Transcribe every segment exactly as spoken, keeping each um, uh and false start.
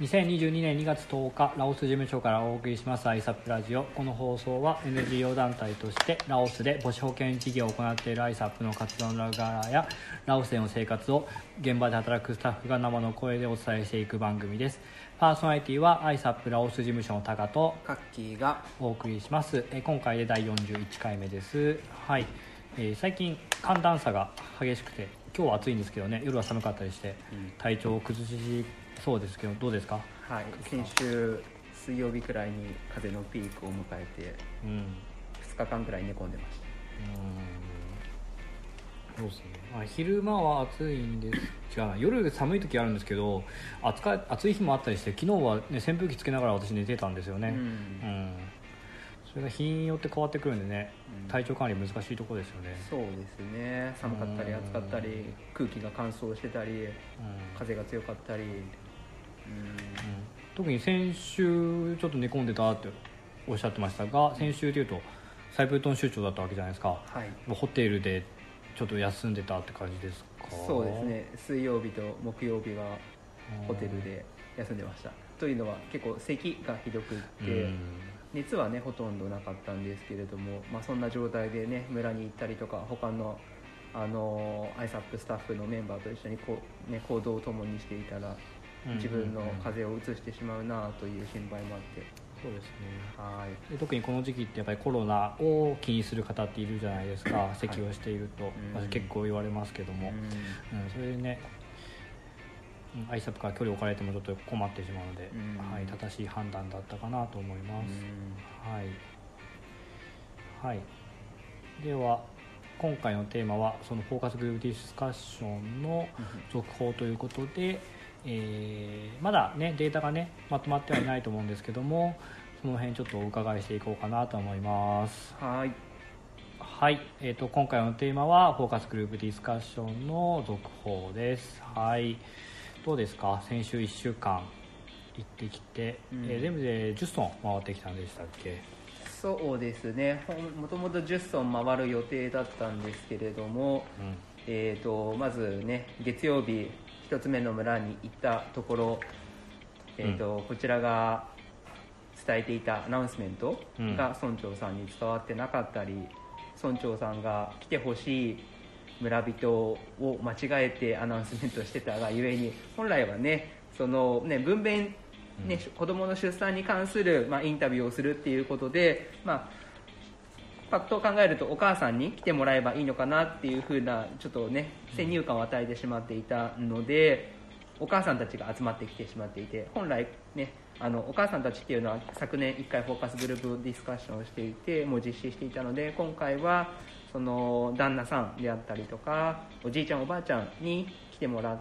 にせんにじゅうにねんにがつとおか、ラオス事務所からお送りします アイサップ ラジオ。この放送は エヌジーオー 団体としてラオスで母子保険事業を行っている アイサップ の活動の裏側やラオスでの生活を現場で働くスタッフが生の声でお伝えしていく番組です。パーソナリティは アイサップ ラオス事務所のタカとカッキーがお送りします。え今回でだいよんじゅういっかいめです。はい、えー、最近寒暖差が激しくて、今日は暑いんですけどね、夜は寒かったりして体調を崩しそうですけど、どうですか？ はい、先週水曜日くらいに風邪のピークを迎えて、うん、ふつかかんくらい寝込んでました。 うん、そうですね。あ、昼間は暑いんです違うな夜寒い時あるんですけど、暑か暑い日もあったりして、昨日は、ね、扇風機つけながら私寝てたんですよね。うん、うん、それが日によって変わってくるんでね、うん、体調管理難しいところですよね。 そうですね。寒かったり暑かったり、空気が乾燥してたり、うん、風が強かったり、うんうん、 特に先週ちょっと寝込んでたっておっしゃってましたが、先週というとサイプルトン出張だったわけじゃないですか。はい、ホテルでちょっと休んでたって感じですか？ そうですね。水曜日と木曜日はホテルで休んでました。というのは結構咳がひどくって、熱はねほとんどなかったんですけれども、まあ、そんな状態でね村に行ったりとか、他のあの アイサップ スタッフのメンバーと一緒にこう、ね、行動を共にしていたら自分の風邪をうつしてしまうなという心配もあって。 そうですね。はい。で特にこの時期ってやっぱりコロナを気にする方っているじゃないですか。咳をしていると、はい、まあ、結構言われますけども、うん、うん、それでね、アイサップから距離を置かれてもちょっと困ってしまうので、うん、はい、正しい判断だったかなと思います。うん、はい、はい。では今回のテーマはそのフォーカスグループディスカッションの続報ということで、えー、まだねデータがねまとまってはいないと思うんですけども、その辺ちょっとお伺いしていこうかなと思います。 はい、 はい、えーと、今回のテーマはフォーカスグループディスカッションの続報です。はい、どうですか？先週いっしゅうかん行ってきて、うん、えー、全部でじゅっそん回ってきたんでしたっけ？ そうですね。もともとじゅっそん回る予定だったんですけれども、うん、えーとまずね月曜日ひとつめの村に行ったところ、えーとうん、こちらが伝えていたアナウンスメントが村長さんに伝わってなかったり、村長さんが来てほしい村人を間違えてアナウンスメントしてたがゆえに、本来はねそのね分娩ね、うん、子供の出産に関する、まあ、インタビューをするっていうことで、まあ、パッと考えるとお母さんに来てもらえばいいのかなっていう風なちょっとね先入観を与えてしまっていたので、お母さんたちが集まってきてしまっていて、本来ねあのお母さんたちっていうのは昨年いっかいフォーカスグループディスカッションをしていてもう実施していたので、今回はその旦那さんであったりとかおじいちゃんおばあちゃんに来てもらって、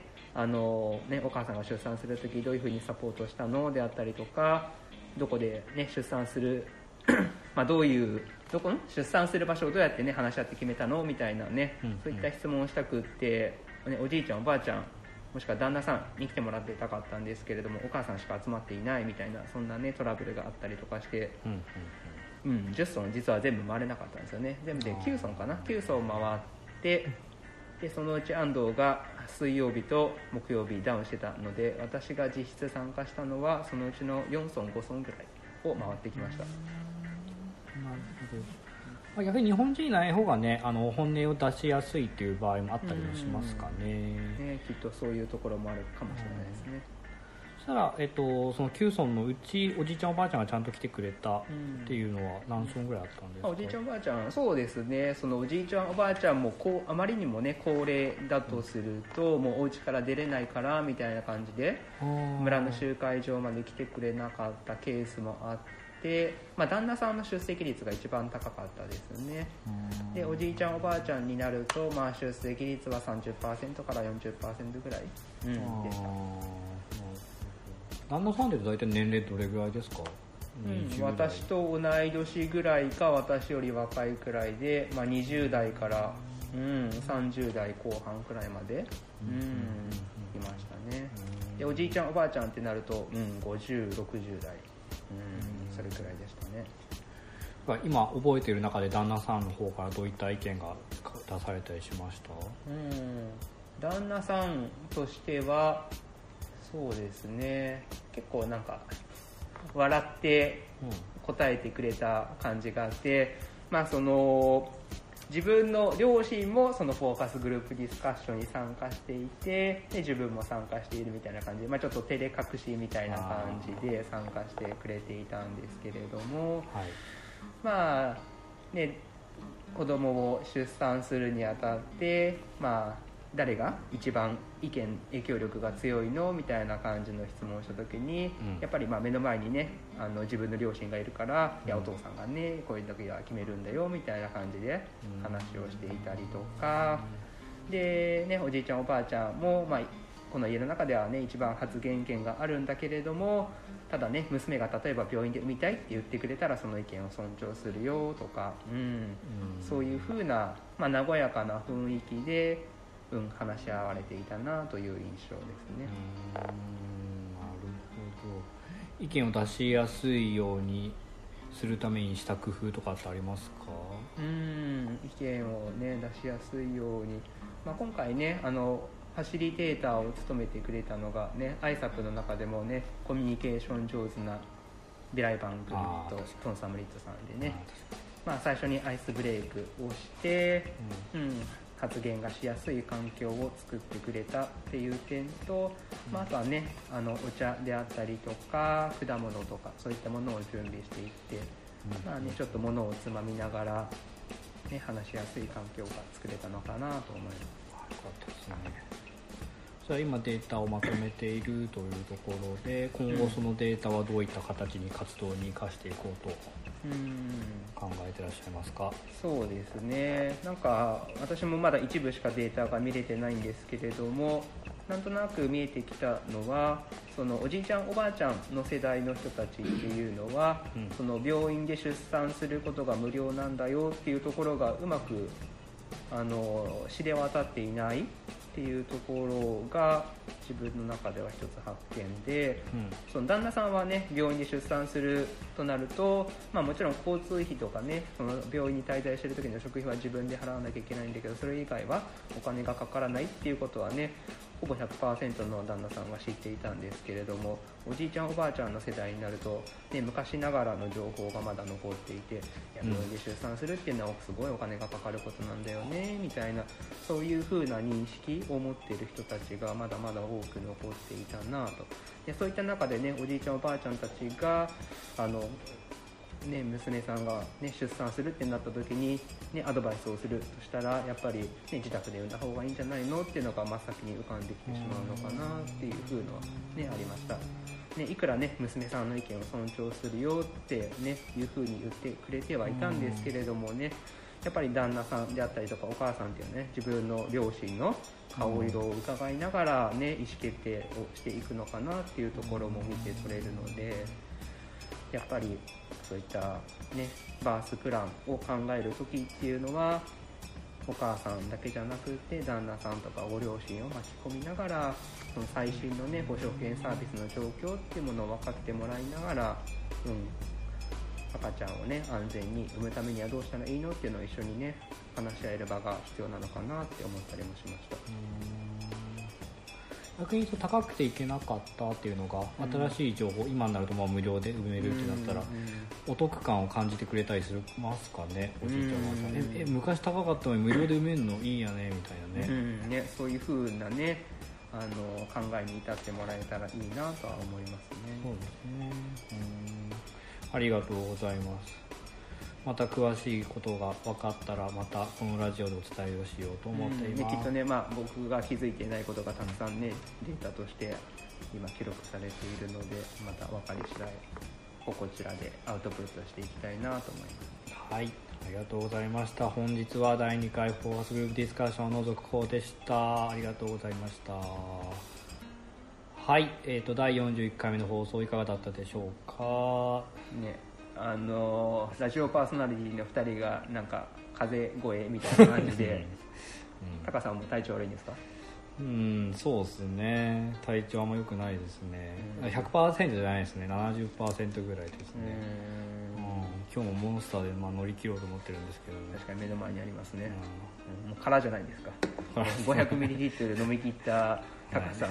あの、ね、お母さんが出産するときどういうふうにサポートしたのであったりとか、どこで、ね、出産するまあどういうどこの出産する場所をどうやって、ね、話し合って決めたのみたいなね、うんうん、そういった質問をしたくって、ね、おじいちゃんおばあちゃんもしくは旦那さんに来てもらってたかったんですけれども、お母さんしか集まっていないみたいな、そんなねトラブルがあったりとかして、うんうんうん、じゅっそん実は全部回れなかったんですよね。全部できゅうそんかな、きゅうそん回って、でそのうち安藤が水曜日と木曜日ダウンしてたので、私が実質参加したのはそのうちのよんそんごそんぐらいを回ってきました。なるほど。逆に日本人いない方がね、あの本音を出しやすいっていう場合もあったりもしますか ね, ねきっとそういうところもあるかもしれないですね。 そしたら、えっと、そのきゅうそんのうちおじいちゃんおばあちゃんがちゃんと来てくれたっていうのは何村ぐらいあったんですか？ おじいちゃんおばあちゃん、そうですね、そのおじいちゃんおばあちゃんもこうあまりにもね高齢だとすると、うん、もうお家から出れないからみたいな感じで村の集会場まで来てくれなかったケースもあって、まあ、旦那さんの出席率が一番高かったですね。でおじいちゃんおばあちゃんになると、まあ、出席率は さんじゅっパーセント から よんじゅっパーセント ぐらい、うん、でした。 旦那さんって大体年齢どれぐらいですか？ うん、私と同い年ぐらいか私より若いくらいで、まあ、にじゅうだいから、うん、さんじゅうだいこう半くらいまで、うんうん、いましたね。でおじいちゃんおばあちゃんってなると、うん、ごじゅう、ろくじゅうだい、うん、それくらいでしたね。 今覚えている中で旦那さんの方からどういった意見が出されたりしました？ うん、旦那さんとしてはそうですね、結構なんか笑って答えてくれた感じがあって、うん、まあその自分の両親もそのフォーカスグループディスカッションに参加していて、で自分も参加しているみたいな感じで、まあ、ちょっと照れ隠しみたいな感じで参加してくれていたんですけれども、はい、まあね、子供を出産するにあたって、まあ誰が一番意見影響力が強いのみたいな感じの質問をした時に、うん、やっぱりまあ目の前にね、あの自分の両親がいるから、うん、いやお父さんがねこういう時は決めるんだよみたいな感じで話をしていたりとか、うん、でね、おじいちゃんおばあちゃんも、まあ、この家の中ではね一番発言権があるんだけれども、ただね娘が例えば病院で産みたいって言ってくれたらその意見を尊重するよとか、うんうん、そういう風な、まあ、和やかな雰囲気でうん、話し合われていたなという印象ですね。 うーん、なるほど。意見を出しやすいようにするためにした工夫とかってありますか？ うーん、意見をね出しやすいように、まあ、今回ねあのファシリテーターを務めてくれたのがね、アイサップの中でもねコミュニケーション上手なビライバングリッド、トンサムリッドさんでね、まあ、最初にアイスブレイクをして、うんうん発言がしやすい環境を作ってくれたっていう点と、まあ、あとはねあのお茶であったりとか果物とかそういったものを準備していって、まあね、ちょっと物をつまみながら、ね、話しやすい環境が作れたのかなと思います。よかったですね。じゃあ今データをまとめているというところで、今後そのデータはどういった形に活動に生かしていこうと考えてらっしゃいますか？ そうですね、なんか私もまだ一部しかデータが見れてないんですけれども、なんとなく見えてきたのは、そのおじいちゃんおばあちゃんの世代の人たちっていうのは、うん、その病院で出産することが無料なんだよっていうところがうまくあの知れ渡っていないっていうところが自分の中では一つ発見で、うん、その旦那さんはね病院に出産するとなると、まあ、もちろん交通費とかねその病院に滞在している時の食費は自分で払わなきゃいけないんだけど、それ以外はお金がかからないっていうことはねほぼ ひゃくパーセント の旦那さんは知っていたんですけれども、おじいちゃんおばあちゃんの世代になると、ね、昔ながらの情報がまだ残っていて、いや病院で出産するっていうのはすごいお金がかかることなんだよねみたいな、そういう風な認識を持っている人たちがまだまだ多く残っていたなと。でそういった中でねおじいちゃんおばあちゃんたちがあのね、娘さんが、ね、出産するってなった時に、ね、アドバイスをするとしたらやっぱり、ね、自宅で産んだ方がいいんじゃないのっていうのが真っ先に浮かんできてしまうのかなっていう風のは、ね、ありました、ね、いくら、ね、娘さんの意見を尊重するよって、ね、いう風に言ってくれてはいたんですけれどもね、やっぱり旦那さんであったりとかお母さんっていうね自分の両親の顔色を伺いながら、ね、意思決定をしていくのかなっていうところも見て取れるので、やっぱりそういった、ね、バースプランを考える時っていうのはお母さんだけじゃなくて旦那さんとかご両親を巻き込みながらその最新の、ね、保証券サービスの状況っていうものを分かってもらいながら、うん、赤ちゃんを、ね、安全に産むためにはどうしたらいいのっていうのを一緒に、ね、話し合える場が必要なのかなって思ったりもしました。 逆に言うと高くていけなかったっていうのが新しい情報、うん、今になるとまあ無料で産めるってなったら、うんうん、お得感を感じてくれたりしますかね、おじいちゃんは、うん、ええ昔高かったのに無料で産めるのいいやねみたいなね、 うんね、そういう風なねあの考えに至ってもらえたらいいなとは思いますね。 そうですね、うん、ありがとうございます。また詳しいことが分かったらまたこのラジオでお伝えをしようと思っています、 うんね、きっとね、まあ、僕が気づいていないことがたくさんねデータとして今記録されているので、また分かり次第こちらでアウトプットしていきたいなと思います。 はい、ありがとうございました。本日はだいにかいフォーカスグループディスカッションの続報でした。ありがとうございました。はい、えーとだいよんじゅういっかいめの放送いかがだったでしょうかね。あのラジオパーソナリティのふたりがなんか風邪声みたいな感じで、うん、タカさんも体調悪いんですか？ うん、そうですね、体調あんま良くないですね、うん、ひゃくパーセント じゃないですね、ななじゅっパーセント ぐらいですね、うん、今日もモンスターでまあ乗り切ろうと思ってるんですけどね。 確かに目の前にありますね、うん、もう空じゃないですかごひゃくミリリットル 飲み切ったタカさん、はい、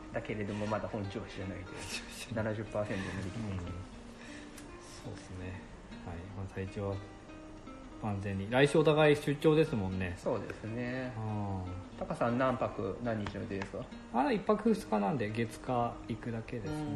だけれどもまだ本調子じゃないというななじゅっパーセント 無理、うん、 そうですね、はい、まあ、体調は万全に。来週お互い出張ですもんね。 そうですね。タカさん何泊何日の予定ですか？ ああ、いっぱくふつかなんで月火行くだけですね、はい、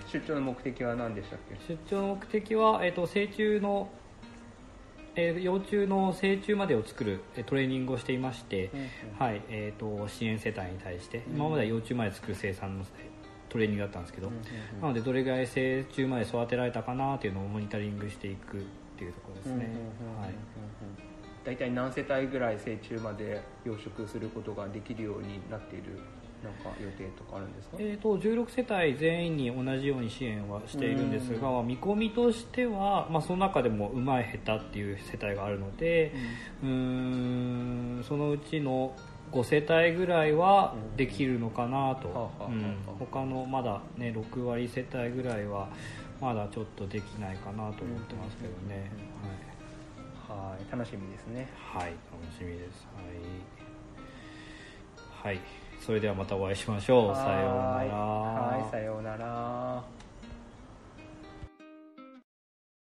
出張の目的は何でしたっけ？ 出張の目的は、えー、と成虫の、えー、幼虫の成虫までを作るトレーニングをしていまして、うんうん、はい、えー、と支援世帯に対して、うん、今までは幼虫まで作る生産のトレーニングだったんですけど、うんうんうん、なのでどれぐらい成虫まで育てられたかなというのをモニタリングしていくっていうところですね。 だいたい何世帯ぐらい成虫まで養殖することができるようになっているなんか予定とかあるんですか？ えー、とじゅうろくせたい全員に同じように支援はしているんですが、見込みとしては、まあ、その中でもうまい下手っていう世帯があるので、うん、うーんそのうちのごせたいぐらいはできるのかなと、うん、他のまだ、ね、ろくわり世帯ぐらいはまだちょっとできないかなと思ってますけどね、 はい、はい、楽しみですね。 はい、楽しみです。はい、はい、それではまたお会いしましょう。さようなら。 はい、さようなら。